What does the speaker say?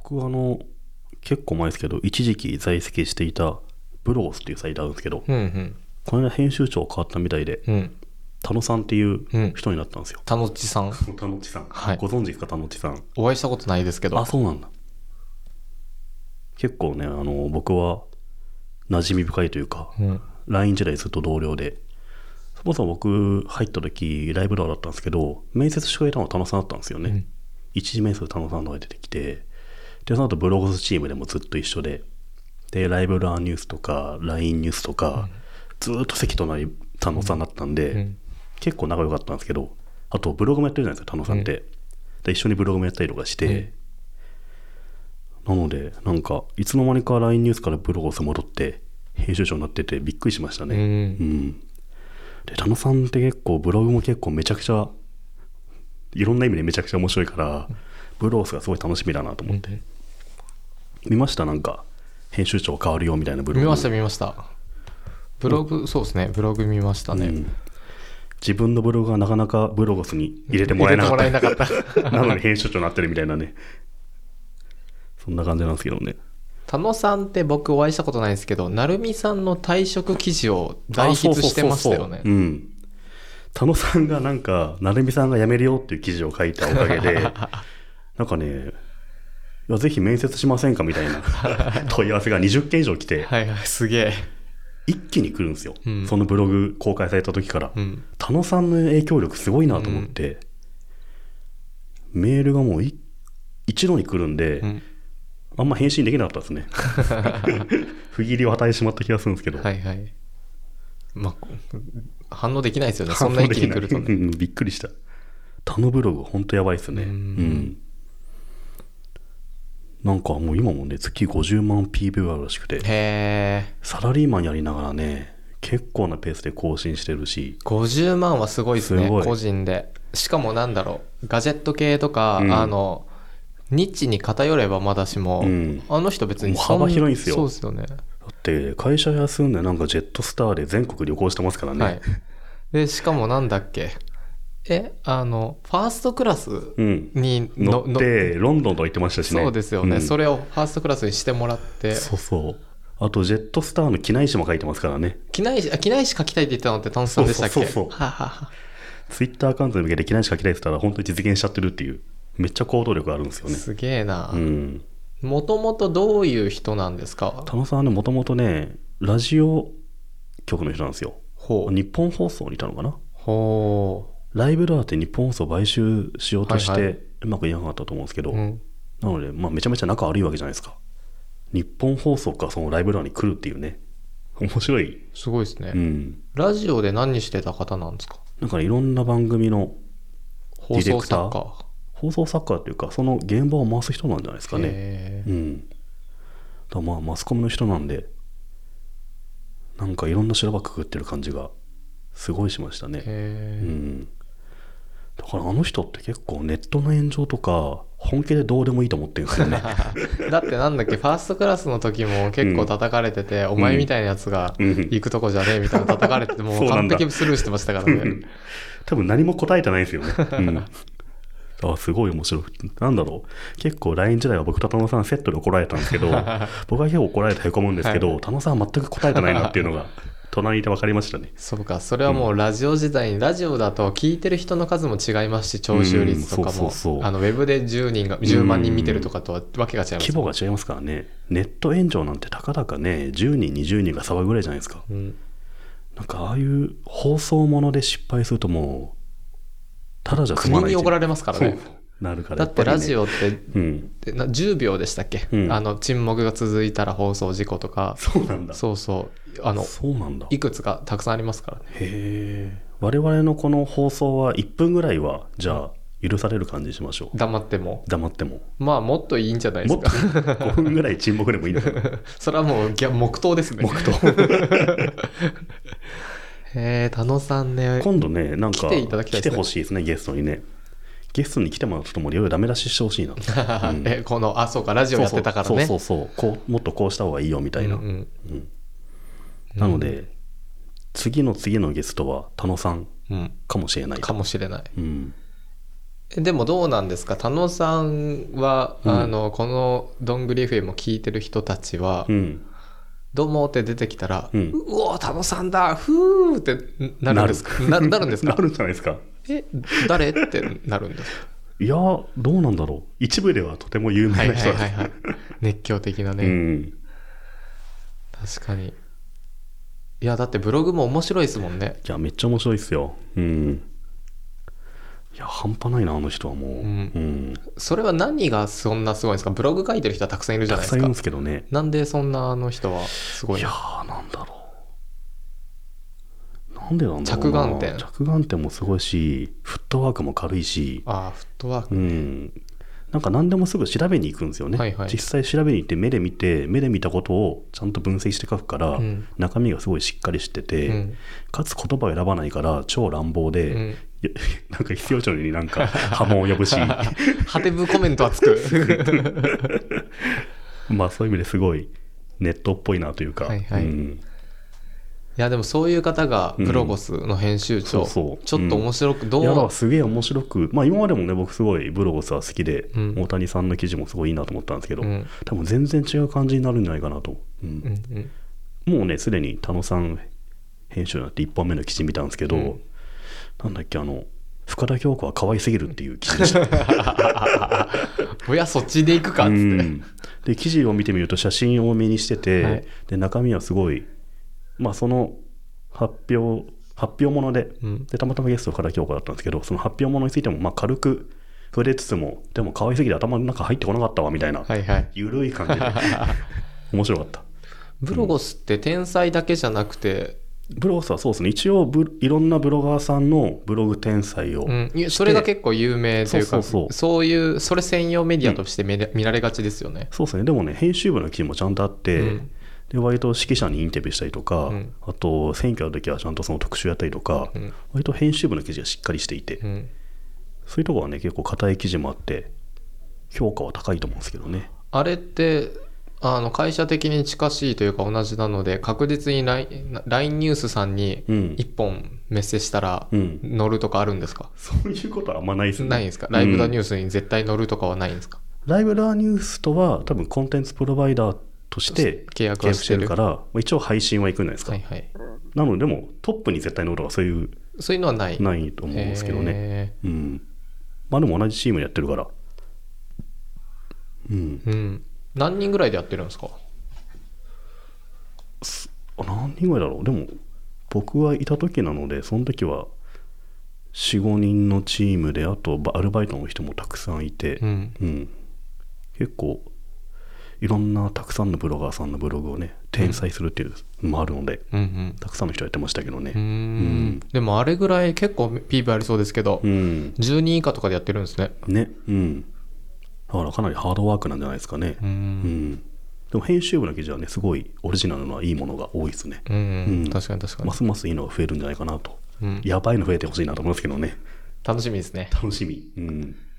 僕結構前ですけど一時期在籍していたブロースっていうサイトあるんですけど、 うんうん。 この間編集長変わったみたいで、 うん。 田野さんっていう人になったんですよ。 田野地さん。 田野地さん、 はい。 ご存知ですか？田野地さん。 お会いしたことないですけど。 あ、そうなんだ。結構ね、僕は馴染み深いというか、 うん。 LINE 時代ずっと同僚で、そもそも僕入った時ライブラーだったんですけど、面接してくれたのは田野さんだったんですよね。 うん。 一次面接田野さんのが出てきて、でその後ブログスチームでもずっと一緒で、でライブラーニュースとか LINE ニュースとか、ずっと席となり田野さんだったんで、 うん。 結構仲良かったんですけど、あとブログもやってるじゃないですか、田野さんって。で一緒にブログもやったりとかして、なのでなんかいつの間にか LINE ニュースからブログス戻って編集長になっててびっくりしましたね。 うん。 で田野さんって結構ブログも結構めちゃくちゃいろんな意味でめちゃくちゃ面白いから、ブロースがすごい楽しみだなと思って、見ました？なんか編集長変わるよみたいなブログ。 見ました見ました。ブログ、そうですね。ブログ見ましたね。 自分のブログがなかなかブロゴスに入れてもらえなかった。 入れてもらえなかったなのに編集長になってるみたいなね。そんな感じなんですけどね。 田野さんって僕お会いしたことないですけど、成美さんの退職記事を代筆してましたよね。 田野さんがなんか成美さんが辞めるよっていう記事を書いたおかげでなんかね、いやぜひ面接しませんかみたいな問い合わせが20件以上来て、 はいはい、すげえ。 一気に来るんですよ、 うん、 そのブログ公開された時から、 うん、 田野さんの影響力すごいなと思って、メールがもう一度に来るんで、あんま返信できなかったですね不義理を与えてしまった気がするんですけど、 はいはい、まあ反応できないですよね、そんな一気に来るとねびっくりした。他のブログほんとやばいっすね。なんかもう今もね月50万 PV あるらしくて、 へー、 サラリーマンやりながらね結構なペースで更新してるし、 50万はすごいですね、個人で。しかもなんだろう、ガジェット系とか、ニッチに偏ればまだしも、あの人別に幅広いんですよ。 そうですよね。だって会社休んでなんかジェットスターで全国旅行してますからね、はい、 でしかもなんだっけ、ファーストクラスに乗ってロンドンとか行ってましたしね。 そうですよね、それをファーストクラスにしてもらって、 そうそう。あとジェットスターの機内誌も書いてますからね。 機内誌書きたいって言ったのってタンスさんでしたっけ？ そうツイッターアカウントに向けて機内誌書きたいって言ったら本当に実現しちゃってるっていう、めっちゃ行動力あるんですよね。 すげえな。もともとどういう人なんですか？ 田野さんはね、もともとねラジオ局の人なんですよ。日本放送にいたのかな。ライブラーって日本放送を買収しようとして、うまくいかなかったと思うんですけど、なので、めちゃめちゃ仲悪いわけじゃないですか。日本放送からそのライブラーに来るっていうね、面白い。 すごいですね。ラジオで何してた方なんですか？ なんかいろんな番組のディレクター、放送作家っていうかその現場を回す人なんじゃないですかね。だからマスコミの人なんで、なんかいろんな修羅場くぐってる感じがすごいしましたね。だからあの人って結構ネットの炎上とか本気でどうでもいいと思ってるんですよねだってなんだっけ、ファーストクラスの時も結構叩かれてて、お前みたいなやつが行くとこじゃねえみたいな叩かれてて、もう完璧スルーしてましたからね多分何も答えてないですよね。すごい面白い。なんだろう、結構 LINE 時代は僕と田野さんセットで怒られたんですけど僕は結構怒られてへこむんですけど、田野さんは全く答えてないなっていうのが隣で分かりましたね。 そうか、それはもうラジオ時代に、ラジオだと聞いてる人の数も違いますし、聴取率とかも、ウェブで10万人見てるとかとはわけが違います。 規模が違いますからね。ネット炎上なんてたかだかね、10人20人が騒ぐぐらいじゃないですか。なんかああいう放送もので失敗するともうただじゃ済まない。 国に怒られますからね。 なるから、 だってラジオって、10秒でしたっけ、沈黙が続いたら放送事故とか。 そうなんだ。 そうなんだ。 いくつかたくさんありますからね。 へえ。我々のこの放送は1分ぐらいはじゃあ許される感じにしましょう。 黙ってもまあもっといいんじゃないですか。 もっと5分ぐらい沈黙でもいいのかなそれはもう黙祷ですね。 黙祷田野さんね、 今度ねなんか来ていただきたいですね。 来てほしいですね、ゲストにね。ゲストに来てもらうともいろいろダメ出ししてほしいなそうか、ラジオやってたからね。 もっとこうした方がいいよみたいな。なので、次のゲストは田野さんかもしれない。 かもしれない。 でもどうなんですか、田野さんは、このどんぐり FM を聞いてる人たちは、どうもって出てきたら、うおー、田野さんだ、ふーってなるんですか？なるんですか？ なるんじゃないですか。 誰ってなるんですか？ いや、どうなんだろう。一部ではとても有名な人です。 熱狂的なね。確かに。いや、だってブログも面白いですもんね。 いや、めっちゃ面白いですよ。いや、半端ないな、あの人はもう。 それは何がそんなすごいんですか？ブログ書いてる人はたくさんいるじゃないですか。 たくさんいるんですけどね。 なんでそんなあの人はすごいの？ いやー、なんだろう。なんでなんだろうな。 着眼点。 着眼点もすごいし、フットワークも軽いし。 フットワーク。 なんか何でもすぐ調べに行くんですよね。実際調べに行って目で見たことをちゃんと分析して書くから、中身がすごいしっかりしてて、かつ言葉を選ばないから超乱暴で、なんか必要以上になんか波紋を呼ぶしハテブコメントはつくまあそういう意味ですごいネットっぽいなというか、 いやでもそういう方がブロゴスの編集長、ちょっと面白くいやすげえ面白く、まあ今までもね僕すごいブロゴスは好きで、大谷さんの記事もすごいいいなと思ったんですけど、多分全然違う感じになるんじゃないかなと、もうねすでに田野さん編集になって1本目の記事見たんですけど、なんだっけ深田恭子は可愛すぎるっていう記事でしたおやそっちで行くかっつって、 で記事を見てみると写真を多めにしてて、で中身はすごいまあその発表もので、たまたまゲスト深田恭子だったんですけど、その発表ものについてもまあ軽く触れつつも、でも可愛すぎて頭の中入ってこなかったわみたいな、ゆるい感じで面白かった。 ブロゴスって天才だけじゃなくて、 ブロゴスはそうですね、一応いろんなブロガーさんのブログ転載をして、 それが結構有名というか、そういうそれ専用メディアとして見られがちですよね。 そうですね。でもね編集部の記事もちゃんとあって、で割と指揮者にインタビューしたりとか、あと選挙の時はちゃんとその特集やったりとか、割と編集部の記事がしっかりしていて、そういうところはね結構硬い記事もあって評価は高いと思うんですけどね。 あれって会社的に近しいというか同じなので、確実に LINE ニュースさんに1本メッセしたら載るとかあるんですか？ そういうことはあんまないですね。 ないんですか？ライブダニュースに絶対載るとかはないんですか？ ライブダニュースとは多分コンテンツプロバイダーとして契約してるから、一応配信は行くんじゃないですか。なのでもトップに絶対載るとかそういうのはないと思うんですけどね。まあでも同じチームでやってるから。 何人ぐらいでやってるんですか？ 何人ぐらいだろう。でも僕はいた時なので、その時は 4,5 人のチームで、あとアルバイトの人もたくさんいて、結構いろんなたくさんのブロガーさんのブログをね転載するっていうのもあるので、たくさんの人やってましたけどね。 でもあれぐらい結構 PV ありそうですけど、10人以下とかでやってるんですね。 だからかなりハードワークなんじゃないですかね。でも編集部の記事はねすごいオリジナルないいものが多いですね。 確かにますますいいのが増えるんじゃないかなと、やばいの増えてほしいなと思いますけどね。 楽しみですね。 楽しみ。